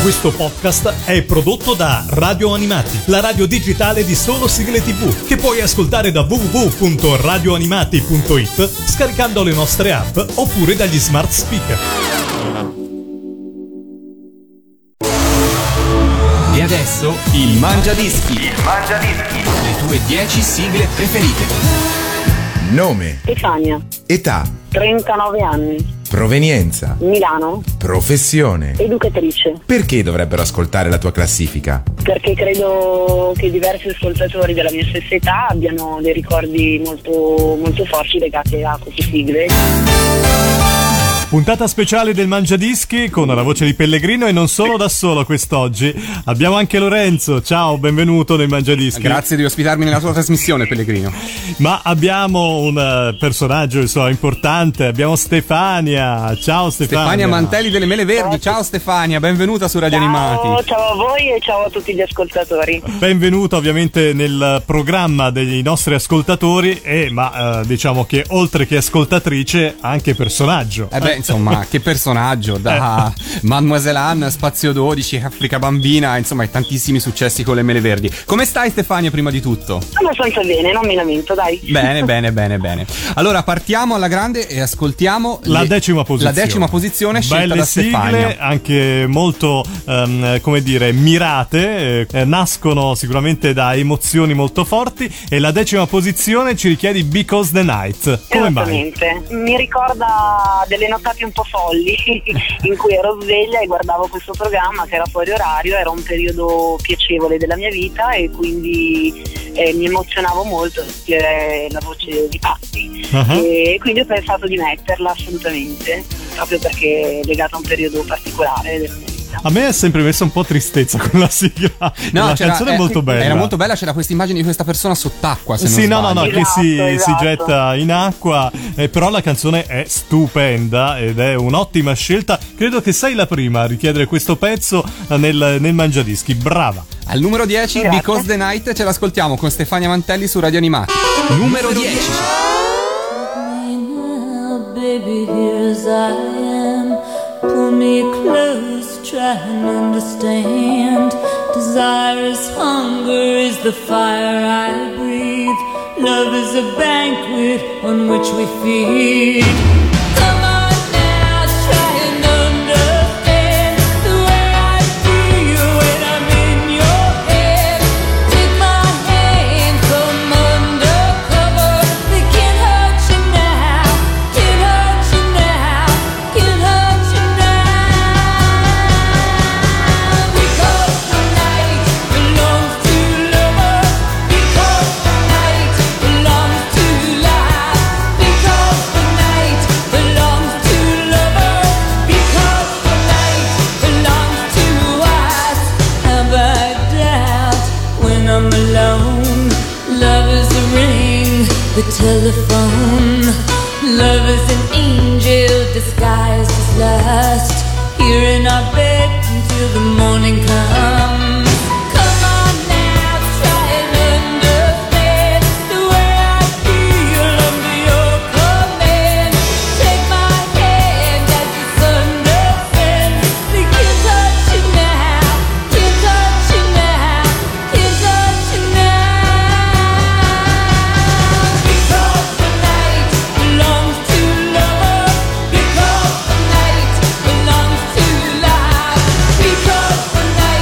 Questo podcast è prodotto da Radio Animati, la radio digitale di solo sigle TV, che puoi ascoltare da www.radioanimati.it scaricando le nostre app oppure dagli smart speaker. E adesso il Mangiadischi. Le tue 10 sigle preferite. Nome. Stefania. Età. 39 anni. Provenienza. Milano. Professione. Educatrice. Perché dovrebbero ascoltare la tua classifica? Perché credo che diversi ascoltatori della mia stessa età abbiano dei ricordi molto, molto forti legati a queste sigle. Puntata speciale del Mangiadischi con la voce di Pellegrino e non solo da solo quest'oggi. Abbiamo anche Lorenzo. Ciao, benvenuto nel Mangiadischi. Grazie di ospitarmi nella tua trasmissione, Pellegrino. Ma abbiamo un personaggio importante. Abbiamo Stefania. Ciao Stefania. Stefania Mantelli delle Mele Verdi. Ciao Stefania, benvenuta su Radio Animati. Ciao a voi e ciao a tutti gli ascoltatori. Benvenuta ovviamente nel programma dei nostri ascoltatori ma diciamo che oltre che ascoltatrice anche personaggio. Insomma, che personaggio, da Mademoiselle Anne, Spazio 12, Africa Bambina, insomma, e tantissimi successi con le Mele Verdi. Come stai Stefania, prima di tutto? Abbastanza bene, non mi lamento, dai. Bene. Allora partiamo alla grande e ascoltiamo la decima posizione scelta belle da sigle, Stefania. anche molto come dire mirate, nascono sicuramente da emozioni molto forti, e la decima posizione ci richiedi Because the Night. Come mai? Mi ricorda delle nottate un po' folli in cui ero sveglia e guardavo questo programma che era fuori orario. Era un periodo piacevole della mia vita e quindi mi emozionavo molto sentire la voce di Patti. E quindi ho pensato di metterla assolutamente, proprio perché è legata a un periodo particolare della mia vita. A me è sempre messa un po' tristezza con la sigla. La canzone è molto bella. Era molto bella, c'era questa immagine di questa persona sott'acqua, se non sbaglio. Che si getta in acqua, però la canzone è stupenda ed è un'ottima scelta. Credo che sei la prima a richiedere questo pezzo nel Mangiadischi. Brava. Al numero 10, Grazie. Because the Night, ce l'ascoltiamo con Stefania Mantelli su Radio Animati. Numero 10. Baby, here as I am. Pull me close, try and understand. Desire is hunger, is the fire I breathe. Love is a banquet on which we feed. Come on now, try and understand the way I feel when I'm in your head. Take my hand, come undercover. They can't hurt you now, can't hurt you now, can't hurt you now. Because the night belongs to lovers. Because the night belongs to life. Because the night belongs to lovers. Because the night belongs to us. Have I doubt when I'm alone? Love is a ring, the telephone. Love is an angel disguised as lust. Here in our bed until the morning comes. Come on now, try and understand the way I feel under your command. Take my hand as the sun descends. They can't touch you now, can't touch you now, can't touch you now. Because the night belongs to lovers. Because the night belongs to life. Because the night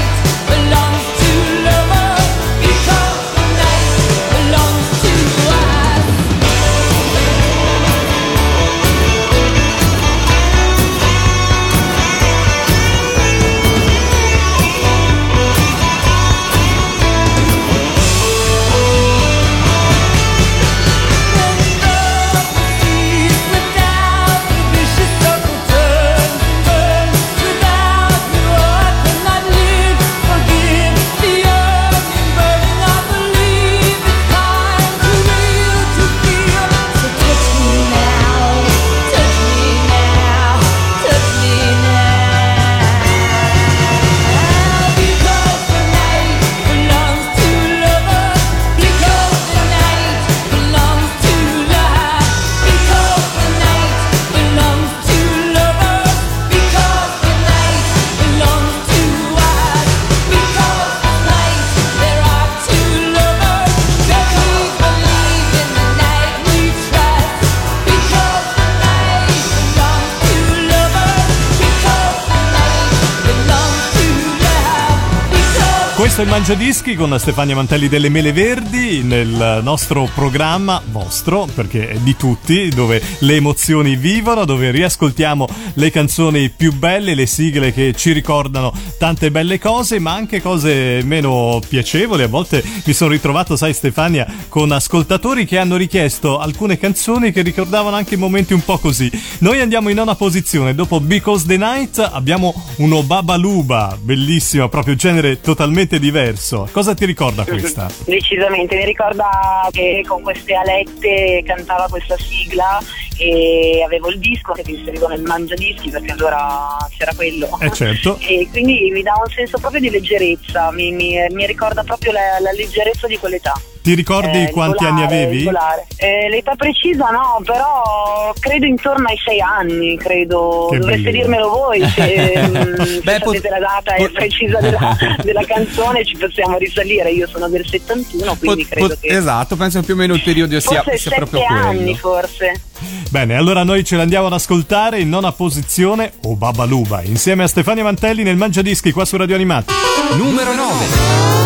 Questo è il Mangiadischi con Stefania Mantelli delle Mele Verdi nel nostro programma vostro, perché è di tutti, dove le emozioni vivono, dove riascoltiamo le canzoni più belle, le sigle che ci ricordano tante belle cose, ma anche cose meno piacevoli. A volte mi sono ritrovato, sai Stefania, con ascoltatori che hanno richiesto alcune canzoni che ricordavano anche momenti un po' così. Noi andiamo in nona posizione, dopo Because the Night abbiamo uno Babaluba, bellissima, proprio genere totalmente diverso. Cosa ti ricorda questa? Decisamente, mi ricorda che con queste alette cantava questa sigla e avevo il disco che ti inserivo nel Mangiadischi, perché allora c'era quello. Certo. E quindi mi dà un senso proprio di leggerezza, mi ricorda proprio la leggerezza di quell'età. Ti ricordi quanti anni avevi? L'età precisa no, però credo intorno ai 6 anni, credo. Che dovreste bellino. dirmelo voi se sapete la data precisa della canzone, ci possiamo risalire. Io sono del 71, quindi credo che esatto, penso più o meno il periodo sia forse proprio 7 quello. anni forse. Bene, allora noi ce l'andiamo ad ascoltare in nona posizione, O Babaluba, insieme a Stefania Mantelli nel Mangiadischi qua su Radio Animati. Numero 9.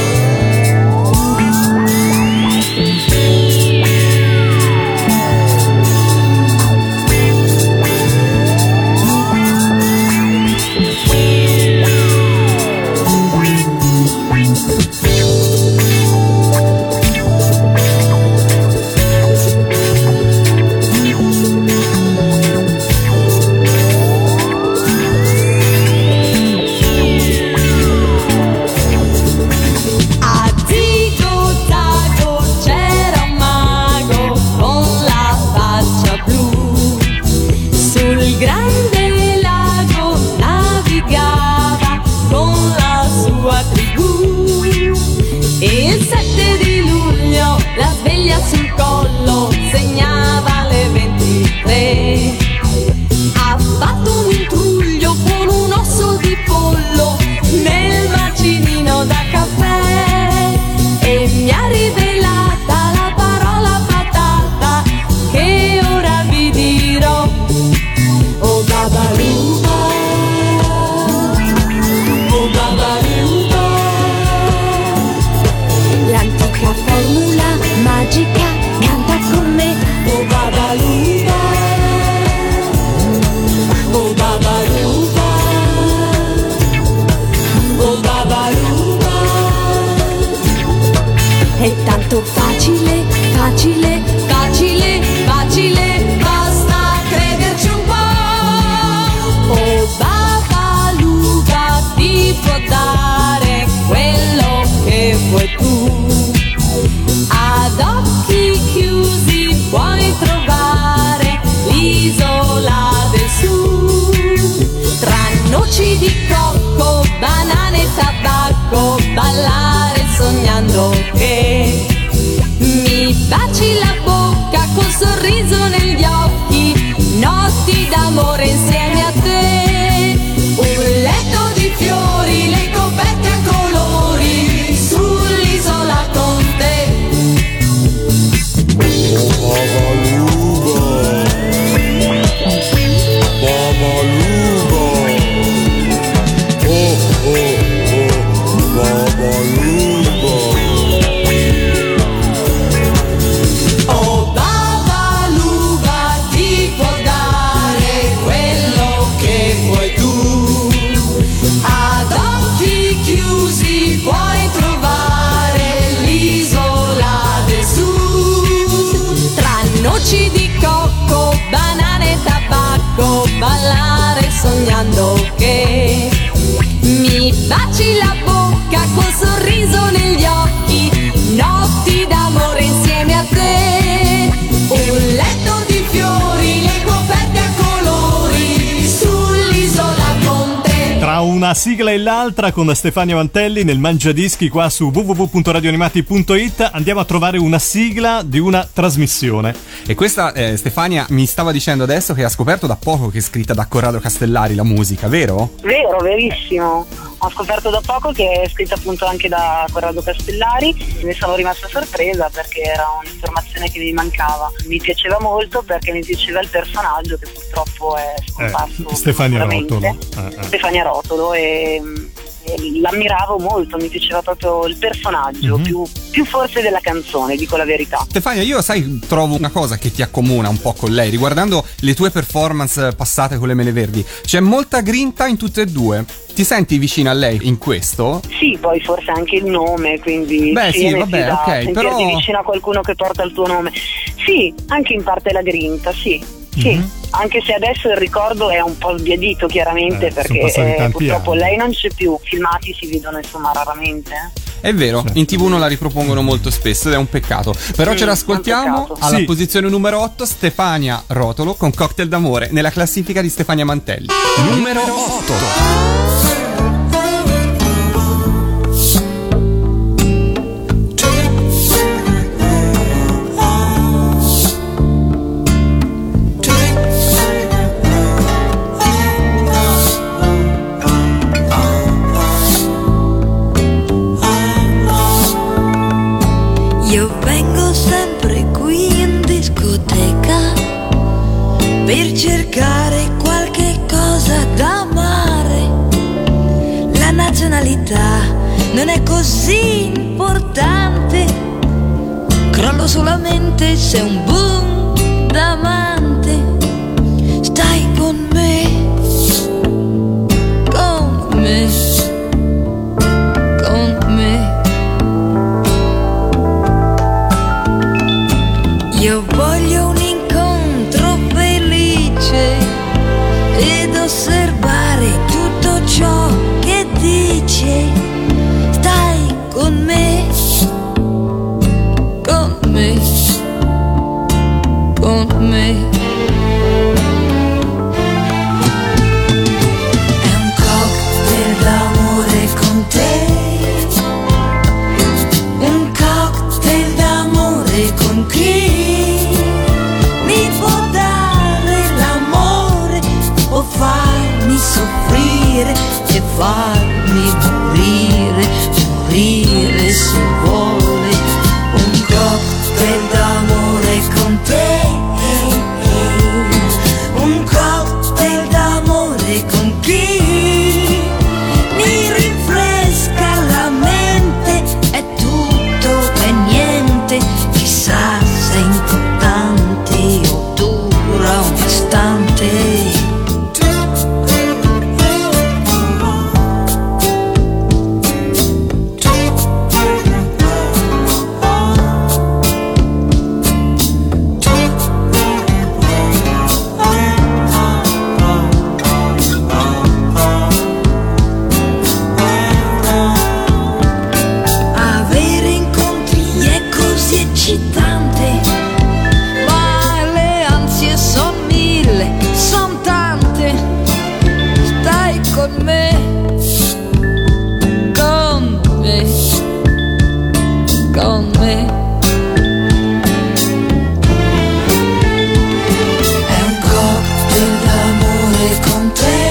È tanto facile, facile, facile, facile, basta crederci un po'. Oh Babaluba ti può dare quello che vuoi tu. Ad occhi chiusi puoi trovare l'isola del sud. Tra noci di cocco, banane e tabacco, ballare sognando che mi baci la bocca col sorriso negli occhi, notti d'amore insieme a te, un letto di fiori, le coperte a colori, sull'isola con te. Oh Babaluba ti può dare quello che vuoi tu. Ad occhi chiusi puoi trovare l'isola del sud. Tra noci di cocco, banane e tabacco, ballare sognando che mi baci la bocca col sorriso negli occhi, notti d'amore insieme a te, un letto di fiori, le coperte a colori, sull'isola con te. Tra una sigla e l'altra con Stefania Mantelli nel Mangiadischi qua su www.radioanimati.it andiamo a trovare una sigla di una trasmissione. E questa Stefania mi stava dicendo adesso che ha scoperto da poco che è scritta da Corrado Castellari la musica, vero? Vero, verissimo. Ho scoperto da poco che è scritta appunto anche da Corrado Castellari. Ne sono rimasta sorpresa perché era un'informazione che mi mancava. Mi piaceva molto perché mi piaceva il personaggio che purtroppo è scomparso. Stefania veramente. Rotolo. Stefania Rotolo, e l'ammiravo molto, mi piaceva proprio il personaggio, più forse della canzone, dico la verità. Stefania, io sai, trovo una cosa che ti accomuna un po' con lei, riguardando le tue performance passate con le Mele Verdi. C'è molta grinta in tutte e due. Ti senti vicina a lei in questo? Sì, poi forse anche il nome, quindi beh, sì, vabbè, ok, sentirti però vicino a qualcuno che porta il tuo nome. Sì, anche in parte la grinta, sì. Sì, anche se adesso il ricordo è un po' sbiadito chiaramente, sono passati perché tanti purtroppo anni. lei non c'è più, filmati si vedono insomma raramente. è vero, in TV non la ripropongono molto spesso ed è un peccato. Però ce l'ascoltiamo un peccato. alla Sì. posizione numero 8, Stefania Rotolo con Cocktail d'amore nella classifica di Stefania Mantelli. Numero 8. Io vengo sempre qui in discoteca per cercare qualche cosa da amare. La nazionalità non è così importante, crollo solamente se è un boom d'amante. Stai con me, con me, con me. Io voglio un incontro felice ed osservare tutto ciò che dice. Stai con me, con me, con me. È un cocktail d'amore con te, un cocktail d'amore con chi mi può dare l'amore, può farmi soffrire e farmi morire, morire se vuole. Un cocktail d'amore con te, un cocktail d'amore con chi mi rinfresca la mente, è tutto e niente, chissà se è importante o dura un istante. Avere incontri è così eccitante, ma le ansie son mille, son tante. Stai con me, con me, con me. È un cocktail d'amore con te,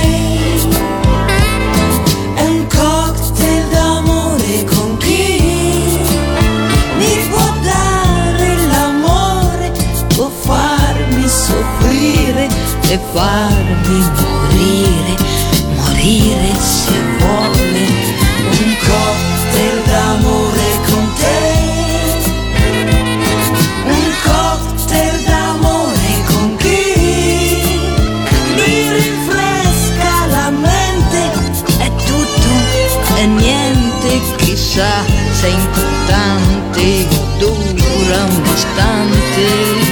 è un cocktail d'amore con chi mi può dare l'amore, può farmi soffrire e farmi morire, morire se vuole. Un cocktail d'amore con te, un cocktail d'amore con chi mi rinfresca la mente, è tutto e niente, chissà se è importante o dura un istante.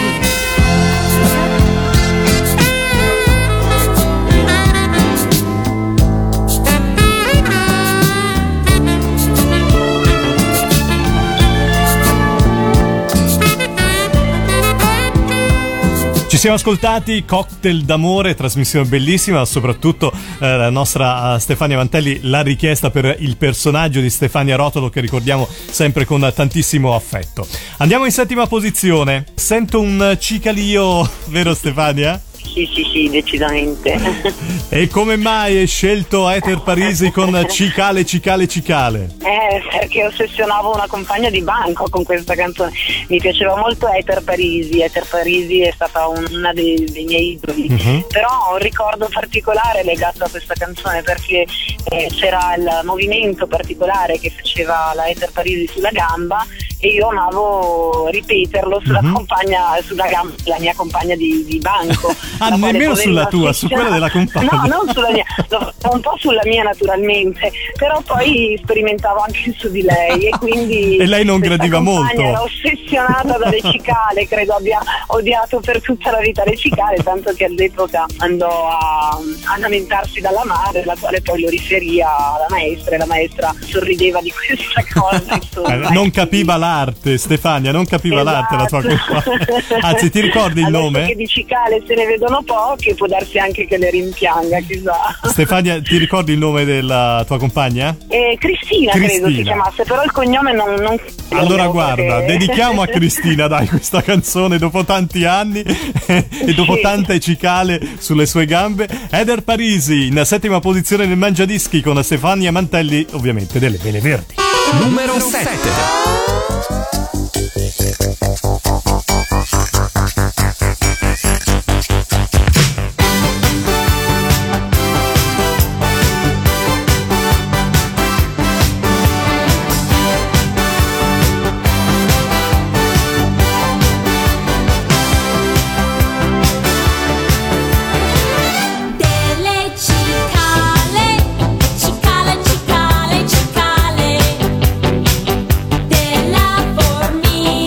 Ci siamo ascoltati Cocktail d'amore, trasmissione bellissima, soprattutto la nostra Stefania Mantelli l'ha richiesta per il personaggio di Stefania Rotolo, che ricordiamo sempre con tantissimo affetto. Andiamo in settima posizione. Sento un cicalio, vero Stefania? Sì, decisamente. E come mai hai scelto Ether Parisi con Cicale, Cicale, Cicale? Perché ossessionavo una compagna di banco con questa canzone. Mi piaceva molto Ether Parisi. Ether Parisi è stata una dei miei idoli. Però ho un ricordo particolare legato a questa canzone, perché c'era il movimento particolare che faceva la Ether Parisi sulla gamba, e io amavo ripeterlo sulla gamba della mia compagna di banco. Ah, nemmeno sulla tua, su quella della compagna. No, non sulla mia, un po' sulla mia naturalmente, però poi sperimentavo anche su di lei, e quindi e lei non gradiva molto. Era ossessionata dalle cicale, credo abbia odiato per tutta la vita le cicale, tanto che all'epoca andò a lamentarsi dalla madre, la quale poi lo riferì alla maestra, e la maestra sorrideva di questa cosa, insomma. Non capiva l'arte, Stefania, non capiva l'arte la tua compagna. Anzi, ti ricordi il adesso nome? Che di cicale se ne vedono poche, può darsi anche che le rimpianga, chissà. Stefania, ti ricordi il nome della tua compagna? Cristina credo si chiamasse, però il cognome non allora guarda, dedichiamo a Cristina, dai, questa canzone dopo tanti anni e dopo tante cicale sulle sue gambe. Ether Parisi in 7ª posizione nel Mangiadischi con Stefania Mantelli, ovviamente delle Mele Verdi. Numero 7. Delle cicale, cicale, cicale, cicale, della formica.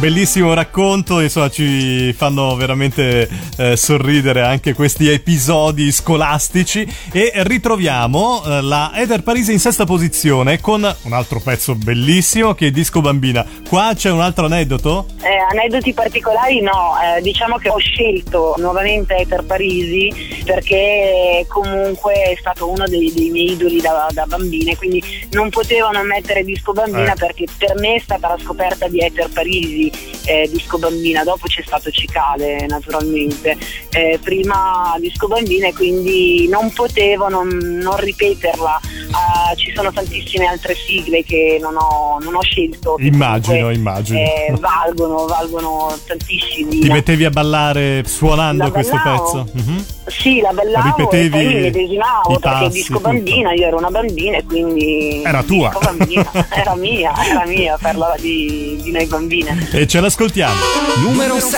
bellissimo racconto, insomma ci fanno veramente sorridere anche questi episodi scolastici, e ritroviamo la Eder Parisi in sesta posizione con un altro pezzo bellissimo che è Disco Bambina. Qua c'è un altro aneddoto? Aneddoti particolari no, diciamo che ho scelto nuovamente Eder Parisi perché comunque è stato uno dei miei idoli da bambina, quindi non potevano mettere Disco Bambina perché per me è stata la scoperta di Eder Parisi, Disco Bambina, dopo c'è stato Cicale naturalmente, prima Disco Bambina, e quindi non potevo non ripeterla. Ci sono tantissime altre sigle che non ho scelto. Immagino. Valgono tantissimi. Ti mettevi a ballare suonando La questo ballavo. pezzo? Mhm. Sì, la ballavo Ripetevi e poi mi medesimavo i perché passi, Disco tutto. Bambina, io ero una bambina e quindi Era tua. Disco Bambina era mia, parla di noi bambine. E ce l'ascoltiamo. Numero 6.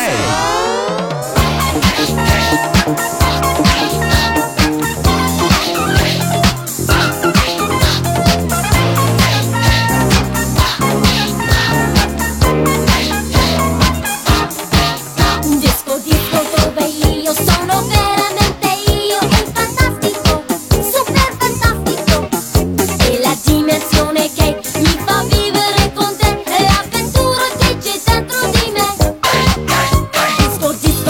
Disco dove io sono veramente io, è fantastico, super fantastico, è la dimensione che mi fa vivere con te, è l'avventura che c'è dentro di me. Disco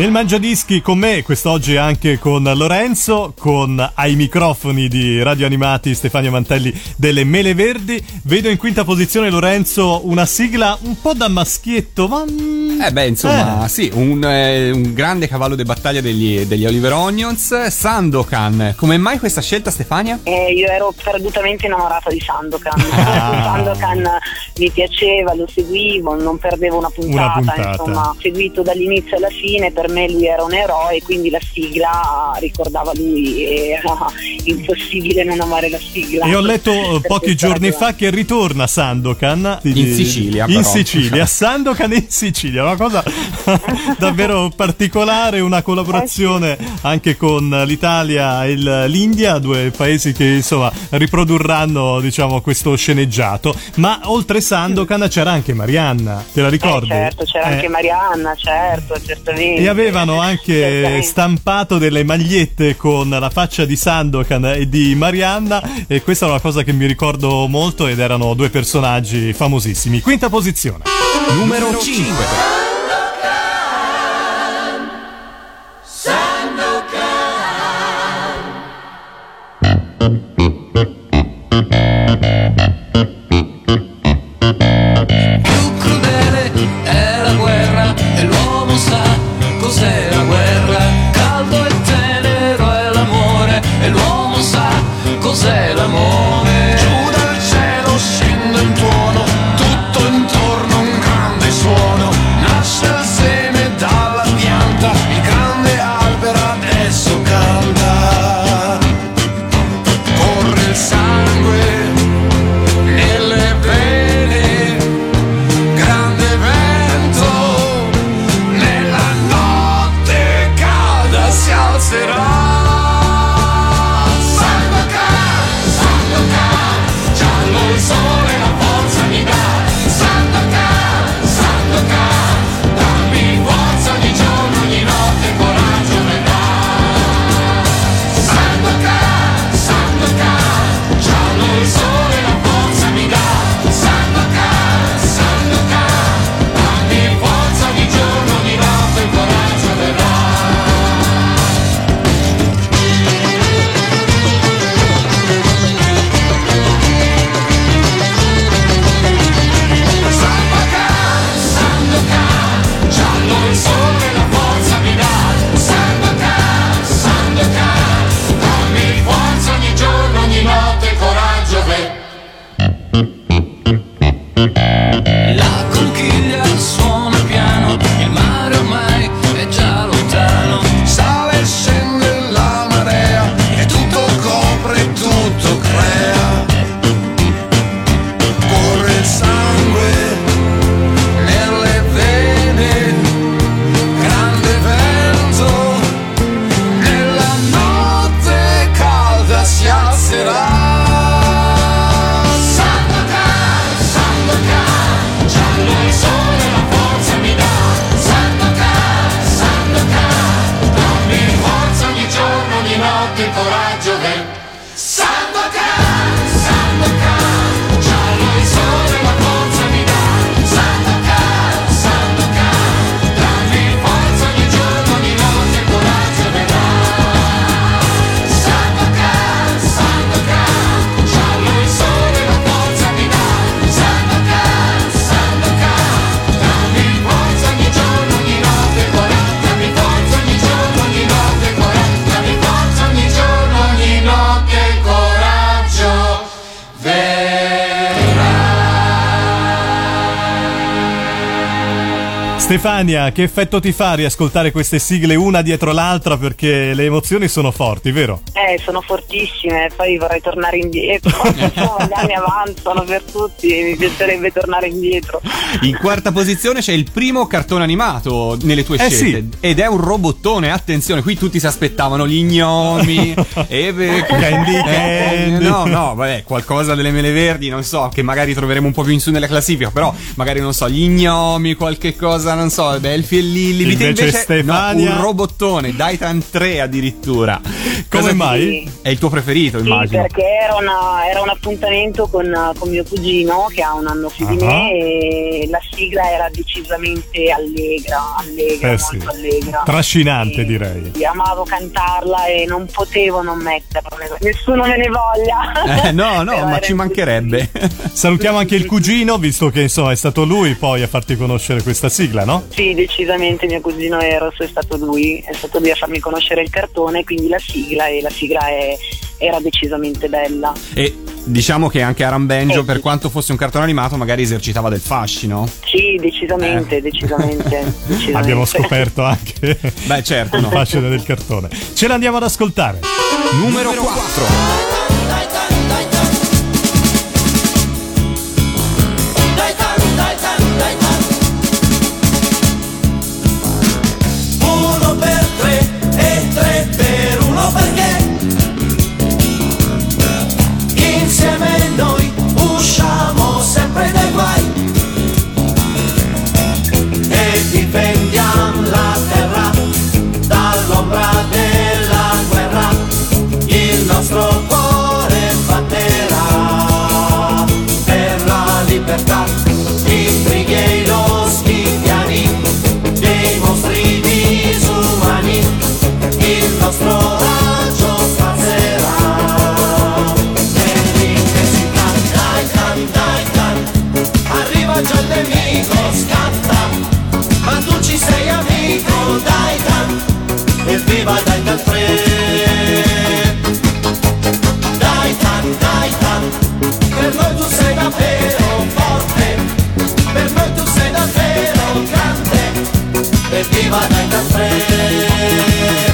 Nel Mangiadischi con me, quest'oggi anche con Lorenzo, con ai microfoni di Radio Animati Stefania Mantelli delle Mele Verdi. Vedo in quinta posizione, Lorenzo, una sigla un po' da maschietto, ma... Sì, un grande cavallo di battaglia degli Oliver Onions, Sandokan. Come mai questa scelta, Stefania? Io ero perdutamente innamorata di Sandokan. Sandokan mi piaceva, lo seguivo, non perdevo una puntata. Insomma, seguito dall'inizio alla fine, per me lui era un eroe, quindi la sigla ricordava lui e era impossibile non amare la sigla. E ho letto pochi giorni fa che ritorna Sandokan in Sicilia, in Sicilia, Sandokan in Sicilia, una cosa davvero particolare, una collaborazione anche con l'Italia e l'India, due paesi che insomma riprodurranno, diciamo, questo sceneggiato. Ma oltre Sandokan c'era anche Marianna, te la ricordi? Certo, c'era anche Marianna, certo, certamente. E avevano anche stampato delle magliette con la faccia di Sandokan e di Marianna, e questa è una cosa che mi ricordo molto, ed erano due personaggi famosissimi. Quinta posizione. Numero 5. Più crudele è la guerra e l'uomo sa cos'è la guerra. Caldo e tenero è l'amore e l'uomo sa cos'è l'amore. Giù dal cielo scende un tuono, tutto intorno un grande suono. Nasce il seme dalla pianta, il grande albero adesso canta. Corre il sangue nelle vene, grande vento, nella notte calda si alzerà. Sandokan, giallo il sole la forza mi dà. Sandokan, dammi forza ogni giorno, ogni notte, coraggio mi dà. Sandokan, giallo il sole la forza mi dà. Sandokan, dammi forza ogni giorno, ogni notte, il coraggio verrà. Sandokan, giallo il sole la forza mi dà. Sandokan, dammi forza ogni giorno, ogni notte, coraggio La conchiglia suona piano, il mare ormai è già lontano. Sale e scende la marea e tutto copre, tutto crea. Corre il sangue nelle vene, grande vento, nella notte calda si alzerà. Sandokan, giallo il sole la forza mi dà. Sandokan, dammi forza ogni giorno, ogni notte, coraggio Sandokan, giallo il sole la forza mi dà. Sandokan, dammi forza ogni giorno, ogni notte, coraggio Sandokan, giallo il sole la forza mi dà. Sandokan, dammi forza ogni giorno, ogni notte, dammi forza ogni giorno, ogni notte, dammi forza ogni giorno, ogni notte, coraggio Stefania, che effetto ti fa riascoltare queste sigle una dietro l'altra, perché le emozioni sono forti, vero? Sono fortissime, poi vorrei tornare indietro. Insomma, gli anni avanzano per tutti e mi piacerebbe tornare indietro. In quarta posizione c'è il primo cartone animato nelle tue scelte, sì. Ed è un robottone. Attenzione, qui tutti si aspettavano gli gnomi Candy. No, vabbè, qualcosa delle Mele Verdi, non so, che magari troveremo un po' più in su nella classifica, però magari, non so, gli gnomi, qualche cosa non so, Elfie e Lilli. Invece Stefania- no, un robottone, Daitan 3 addirittura. Come mai? È il tuo preferito, Sì, immagino. perché era un appuntamento con mio cugino che ha un anno più di me e la sigla era decisamente allegra, molto sì. allegra. Trascinante, E direi. amavo cantarla e non potevo non metterla, nessuno me ne voglia. No, Però ma era ci mancherebbe. Salutiamo anche il cugino, visto che insomma è stato lui poi a farti conoscere questa sigla, no? Sì, decisamente mio cugino Eros è stato lui a farmi conoscere il cartone, quindi la sigla era decisamente bella. E diciamo che anche Aram Benjo, Sì. per quanto fosse un cartone animato, magari esercitava del fascino. Sì, decisamente. Abbiamo scoperto anche Beh, certo, il no. fascino del cartone. Ce l'andiamo ad ascoltare. Numero 4. Uno per tre e tre per uno perché insieme noi usciamo sempre dai guai e difendiamo la terra dall'ombra della guerra. Il nostro cuore batterà per la libertà, i brighi e i loschiviani, dei mostri disumani, il nostro raggio spazzerà nell'intensità. Dai, arriva già il nemico, scatta, ma tu ci sei amico, dai, evviva dai 3. Per noi tu sei davvero forte, per noi tu sei davvero grande, evviva dai 3.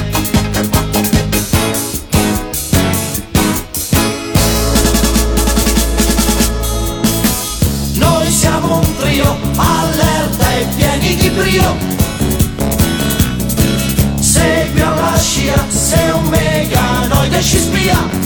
Noi siamo un trio, allerta e pieni di brio. Segui alla scia, sei un meganoide ci spia.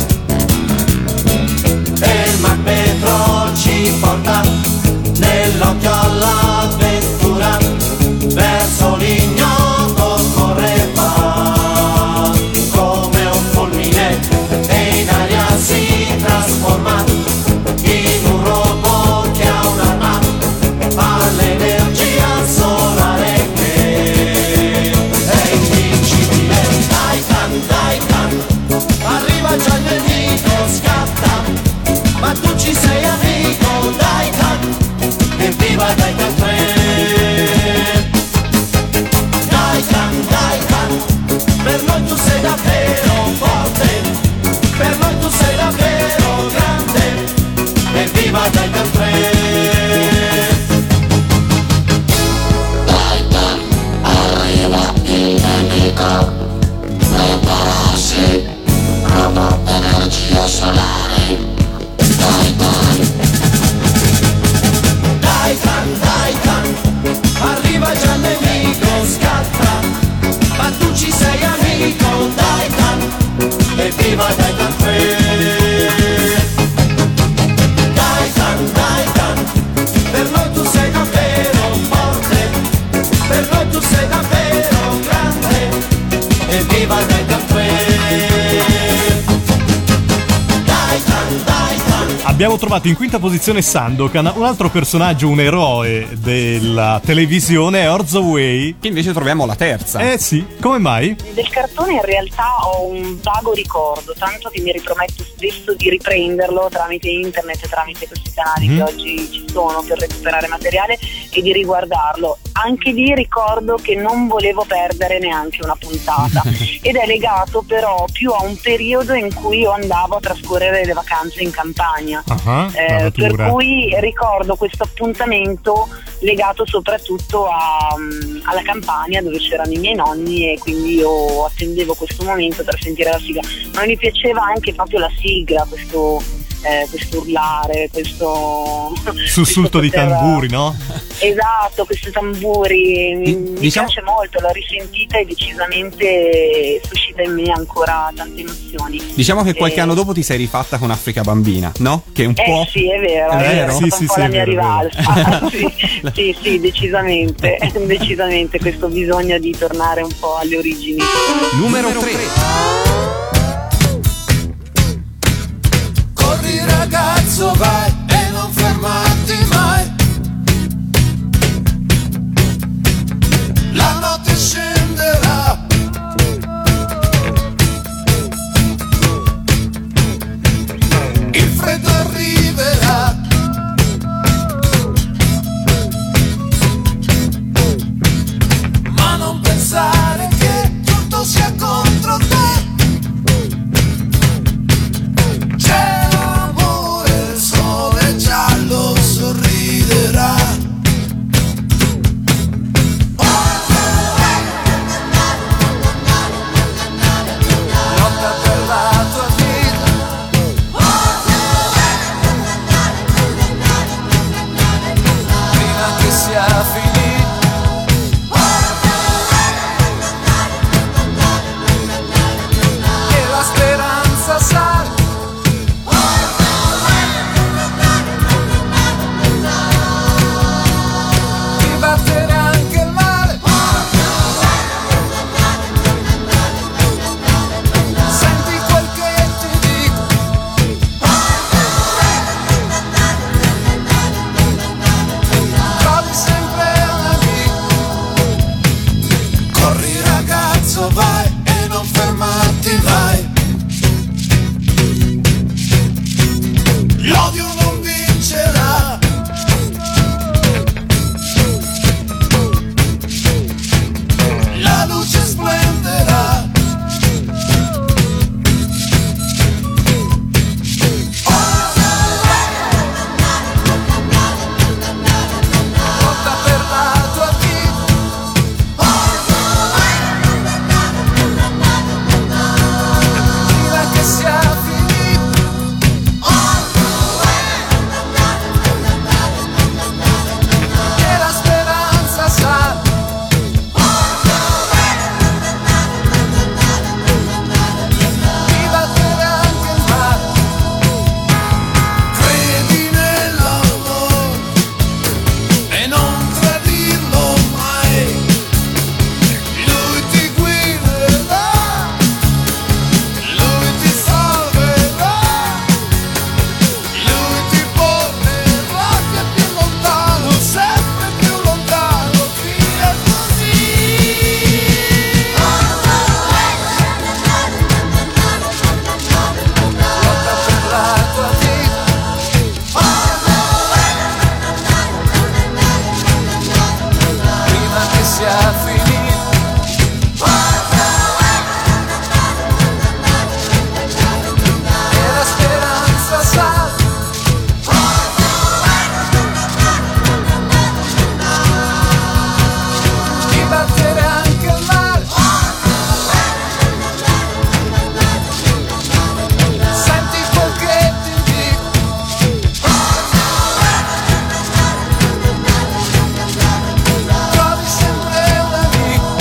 E il magneto ci porta nell'occhio all'avventura, verso l'ignoto correva come un fulmine e in aria si trasforma in un robot che ha un'arma all'energia solare che è invincibile. Dai, arriva già il nemico, scatta, ma tu ci sei amico, dai, evviva dai 3. Dai, per noi tu sei davvero forte, per noi tu sei davvero grande, evviva dai 3. Arriva il nemico, prepararsi, robot energia solare. Dai, arriva già il nemico, scatta, ma tu ci sei amico, dai, evviva dai 3. Dai, per noi tu sei davvero forte, per noi tu sei davvero grande, evviva dai 3. Abbiamo trovato in quinta posizione Sandokan, un altro personaggio, un eroe della televisione è Orzo Way. Che invece troviamo la terza. Eh sì, come mai? Del cartone in realtà ho un vago ricordo, tanto che mi riprometto spesso di riprenderlo tramite internet, tramite questi canali che oggi ci sono per recuperare materiale e di riguardarlo. Anche lì ricordo che non volevo perdere neanche una puntata ed è legato però più a un periodo in cui io andavo a trascorrere le vacanze in campagna. Per cui ricordo questo appuntamento legato soprattutto alla Campania dove c'erano i miei nonni e quindi io attendevo questo momento per sentire la sigla, ma mi piaceva anche proprio la sigla, questo questo urlare, questo Sussulto di poter- tamburi, no? Esatto, questi tamburi mi Diciamo- piace molto, l'ho risentita e decisamente suscita in me ancora tante emozioni. Diciamo che qualche Eh, anno dopo ti sei rifatta con Africa Bambina, no? Che è un po'. sì, è vero, È è vero? vero, è Sì, stata sì, un po' sì, la è mia vero, è rivalsa. Sì, decisamente, decisamente questo bisogno di tornare un po' alle origini. Numero 3. Corri ragazzo vai e non fermarti mai. La notte scenderà. Il freddo arriverà. Ma non pensare che tutto sia contro te. C'è amore, il sole giallo sorriderà. Lotta per la tua vita. Prima che sia finita. E la speranza sale. Di battere anche il male. Senti quel che ti dico. Trovi sempre un amico. Corri ragazzo vai e non fermarti mai. L'odio non vincerà. La luce splenderà. Lotta per la tua vita. Prima che sia finita. E la speranza sale. Di battere anche il male. Credi nell'amore e non tradirlo mai. Lui ti guiderà, lui ti salverà, lui ti porterà che più lontano, sempre più lontano, via così. Lotta per la tua vita. Prima che sia finita. E la speranza sale. Di battere anche il male. Senti quel che ti dico. Trovi sempre un amico.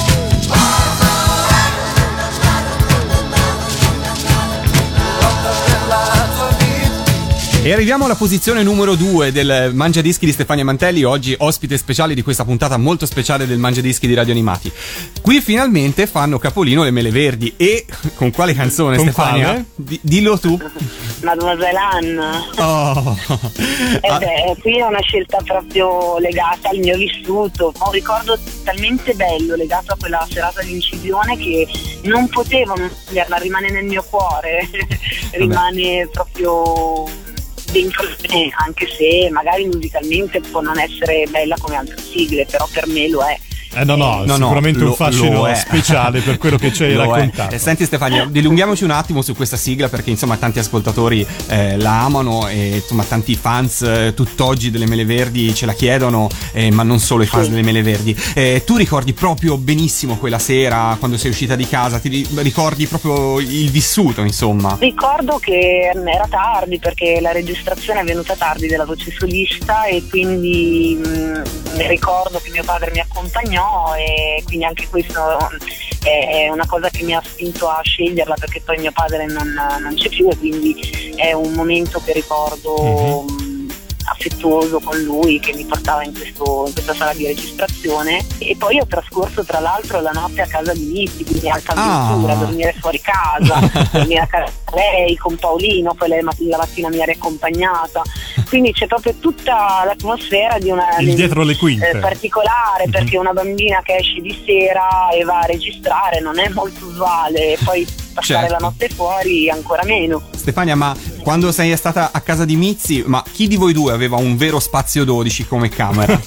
Lotta per la tua vita. E arriviamo alla posizione numero 2 del Mangiadischi di Stefania Mantelli, oggi ospite speciale di questa puntata molto speciale del Mangiadischi di Radio Animati. Qui finalmente fanno capolino le Mele Verdi. E con quale canzone, Con Stefania? quale? Dillo tu. Mademoiselle Anne. Oh. Qui è una scelta proprio legata al mio vissuto, ho un ricordo talmente bello legato a quella serata di incisione che non potevo non toglierla, rimane nel mio cuore, rimane proprio dentro di me, anche se magari musicalmente può non essere bella come altre sigle, però per me lo è. No, sicuramente un fascino lo è. speciale per quello che ci hai Lo è. raccontato. Senti Stefania, dilunghiamoci un attimo su questa sigla perché insomma tanti ascoltatori la amano e insomma tanti fans tutt'oggi delle Mele Verdi ce la chiedono, ma non solo i fans delle Mele Verdi. Tu ricordi proprio benissimo quella sera quando sei uscita di casa, ti ricordi proprio il vissuto insomma? Ricordo che era tardi perché la registrazione è venuta tardi della voce solista e quindi ricordo che mio padre mi accompagnò e quindi anche questo è una cosa che mi ha spinto a sceglierla perché poi mio padre non c'è più e quindi è un momento che ricordo affettuoso con lui che mi portava in questa sala di registrazione e poi ho trascorso tra l'altro la notte a casa di Mizzi, quindi alta avventura, dormire fuori casa, dormire a casa da lei con Paolino, poi lei la mattina mi ha riaccompagnata, quindi c'è proprio tutta l'atmosfera di una il dietro le quinte particolare perché una bambina che esce di sera e va a registrare non è molto usuale e poi passare la notte fuori ancora meno. Stefania, ma quando sei stata a casa di Mizzi, ma chi di voi due aveva un vero spazio 12 come camera?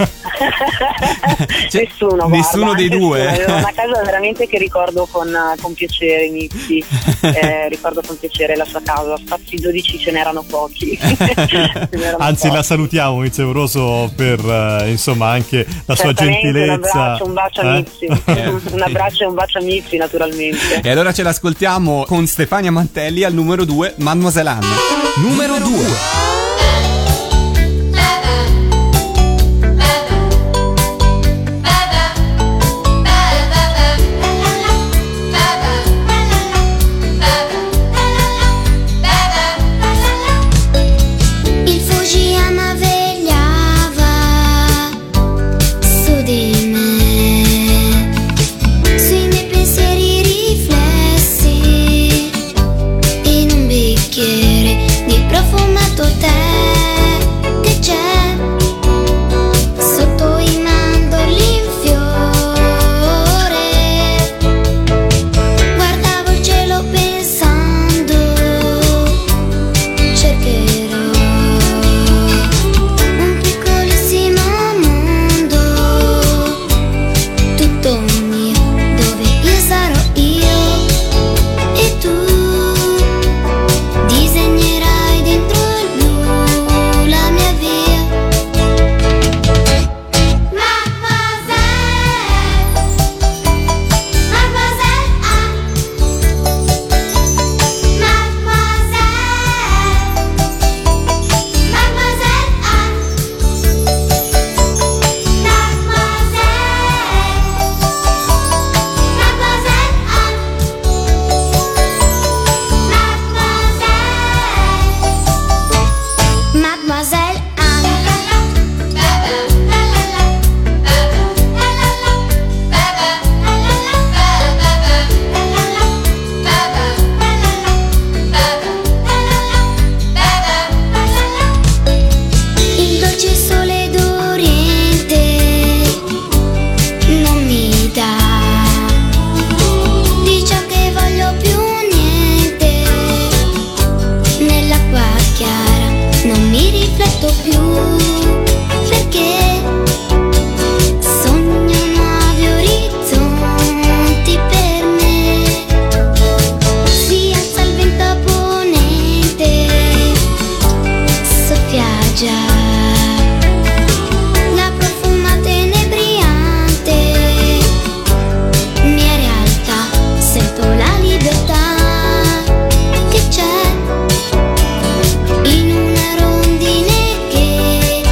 Nessuno dei due. Aveva una casa veramente che ricordo con piacere Mizzi, ricordo con piacere la sua casa, spazi 12 ce n'erano pochi. Anzi la salutiamo Mizzi Amoroso per insomma anche la sua gentilezza. Un bacio a Mizzi, un abbraccio e un bacio a Mizzi naturalmente. E allora ce l'ascoltiamo con Stefania Mantelli al numero 2, Mademoiselle Anne. Numero 2. Il Fujiyama vegliava su di me, sui miei pensieri riflessi in un bicchiere di profumato tè che c'è sotto i mandorli in fiore. Guardavo il cielo pensando cercherò un piccolissimo mondo tutto mio dove io sarò io e tu disegnerai dentro il blu la mia via. Mademoiselle il dolce sole d'Oriente non mi dà di ciò che voglio più niente. Nell'acqua chiara non mi rifletto più perché sogno nuovi orizzonti per me. Si alza il vento a ponente, soffia già la profuma tenebriante, mia realtà, sento la libertà che c'è in una rondine che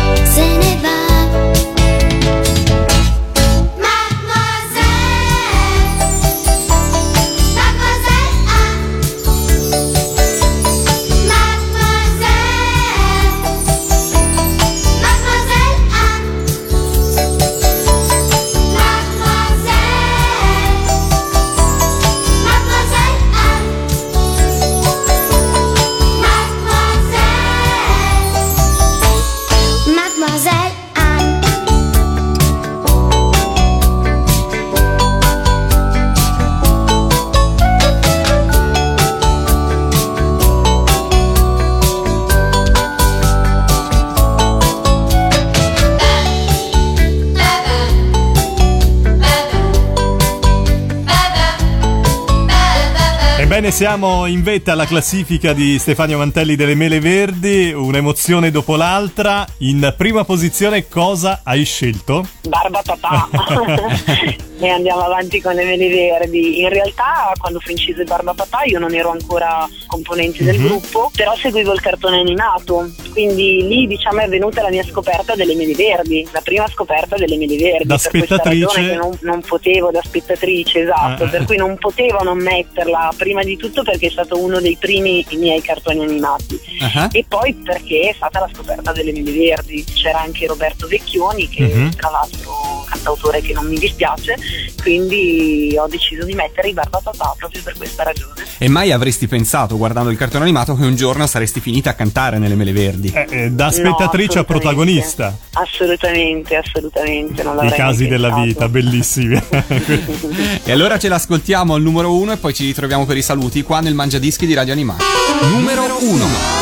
Ebbene, siamo in vetta alla classifica di Stefania Mantelli delle Mele Verdi, un'emozione dopo l'altra. In prima posizione cosa hai scelto? Barba papà. E andiamo avanti con le Mele Verdi. In realtà quando fu inciso il Barba papà io non ero ancora componente del gruppo, però seguivo il cartone animato, quindi lì diciamo è venuta la mia scoperta delle Mele Verdi, la prima scoperta delle Mele Verdi. Da per questa spettatrice? ragione che non potevo, da spettatrice, esatto, per cui non potevo non metterla, prima di tutto perché è stato uno dei primi miei cartoni animati e poi perché è stata la scoperta delle Mele Verdi. C'era anche Roberto Vecchioni che tra l'altro cantautore che non mi dispiace, quindi ho deciso di mettere i Barba papà proprio per questa ragione. E mai avresti pensato, guardando il cartone animato, che un giorno saresti finita a cantare nelle Mele Verdi? Da spettatrice a protagonista. Assolutamente, non I l'avrei casi mai della pensato. vita, bellissimi. E allora ce l'ascoltiamo al numero 1 e poi ci ritroviamo per i saluti qua nel Mangiadischi di Radio Animati. Numero 1.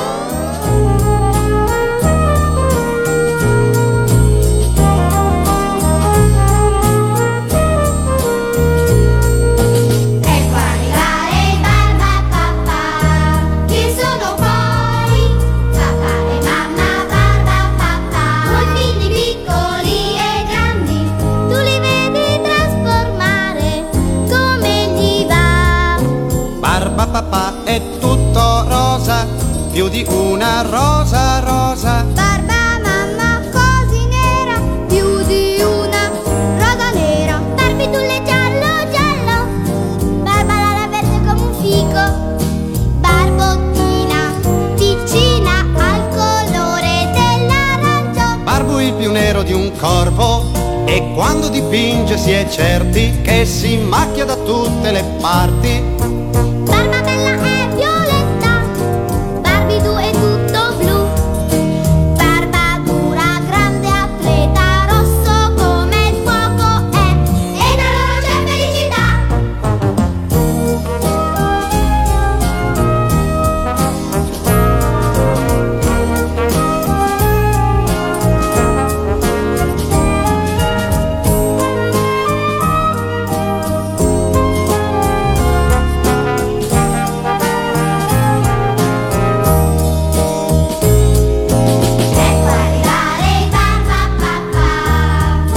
Ecco arrivare i Barba papà, che sono poi papà e mamma Barba papà. Con figli piccoli e grandi, tu li vedi trasformare come gli va. Barba papà è tutto rosa, più di una rosa rosa. Barba mamma così nera, più di una rosa nera. Barbitulle giallo giallo, Barba la verde come un fico. Barbottina piccina al colore dell'arancio. Barbu il più nero di un corvo, e quando dipinge si è certi che si macchia da tutte le parti. Barba bella è violetta, Barbidu è tutto blu. Barba dura, grande atleta, rosso come il fuoco è. E da loro c'è felicità. Ecco arrivare i Barba papà,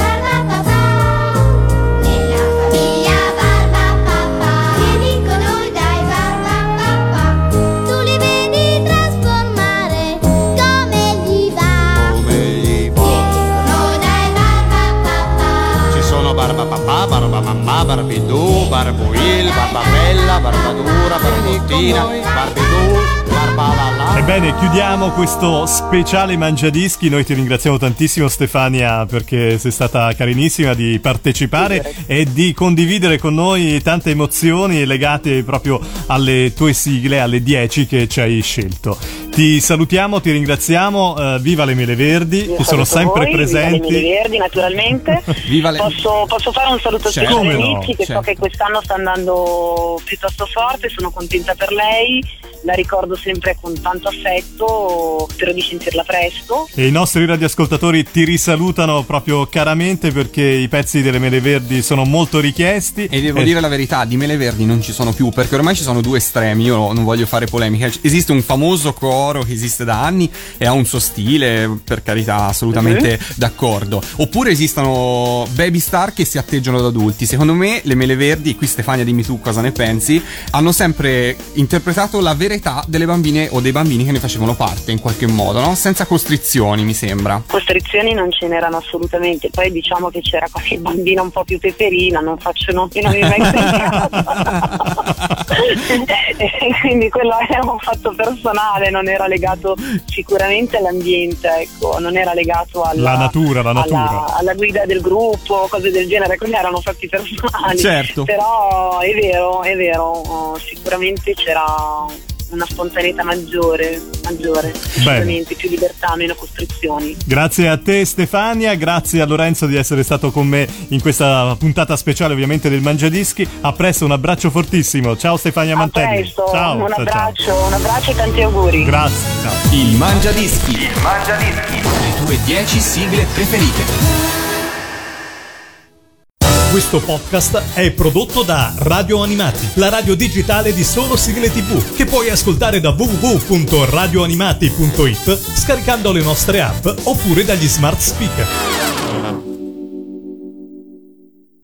nella famiglia Barba papà. Vieni con noi dai Barba papà, tu li vedi trasformare come gli va. Vieni con noi dai Barba papà. Ci sono Barba papà, Barba mamma, Barbidù, Barbuil, Barba bella, Barba dura, Barbottina, Barbidù, Barba la. Ebbene, chiudiamo questo speciale Mangiadischi. Noi ti ringraziamo tantissimo, Stefania, perché sei stata carinissima di partecipare e di condividere con noi tante emozioni legate proprio alle tue sigle, alle 10 che ci hai scelto. Ti salutiamo, ti ringraziamo, viva le Mele Verdi, Io che sono saluto sempre voi, viva le Mele presenti. Verdi naturalmente. Viva le... Posso fare un saluto Certo. speciale a Come no, Nicchi, che certo. so che quest'anno sta andando piuttosto forte, sono contenta per lei, la ricordo sempre con tanto affetto, spero di sentirla presto. E i nostri radioascoltatori ti risalutano proprio caramente, perché i pezzi delle Mele Verdi sono molto richiesti. E devo dire la verità, di Mele Verdi non ci sono più, perché ormai ci sono due estremi. Io non voglio fare polemica. Esiste un famoso coro che esiste da anni e ha un suo stile, per carità, assolutamente d'accordo. Oppure esistono baby star che si atteggiano da adulti. Secondo me le Mele Verdi, qui Stefania dimmi tu cosa ne pensi, hanno sempre interpretato la verità delle bambine o dei bambini che ne facevano parte in qualche modo, no? Senza costrizioni, mi sembra. Costrizioni non ce n'erano assolutamente, poi diciamo che c'era qualche bambina un po' più peperina, non faccio nomi, non mi metto in casa. E quindi quello era un fatto personale, non era legato sicuramente all'ambiente, ecco, non era legato alla natura. alla guida del gruppo, cose del genere, quindi erano fatti personali. Certo. Però è vero, sicuramente c'era una spontaneità maggiore, sicuramente più libertà, meno costrizioni. Grazie a te Stefania, grazie a Lorenzo di essere stato con me in questa puntata speciale ovviamente del Mangiadischi. A presto, un abbraccio fortissimo. Ciao Stefania A Mantelli. presto, Ciao, un ciao, abbraccio, ciao. un abbraccio e tanti auguri. Grazie, ciao. Il Mangiadischi. Le tue 10 sigle preferite. Questo podcast è prodotto da Radio Animati, la radio digitale di solo sigle TV, che puoi ascoltare da www.radioanimati.it scaricando le nostre app oppure dagli smart speaker.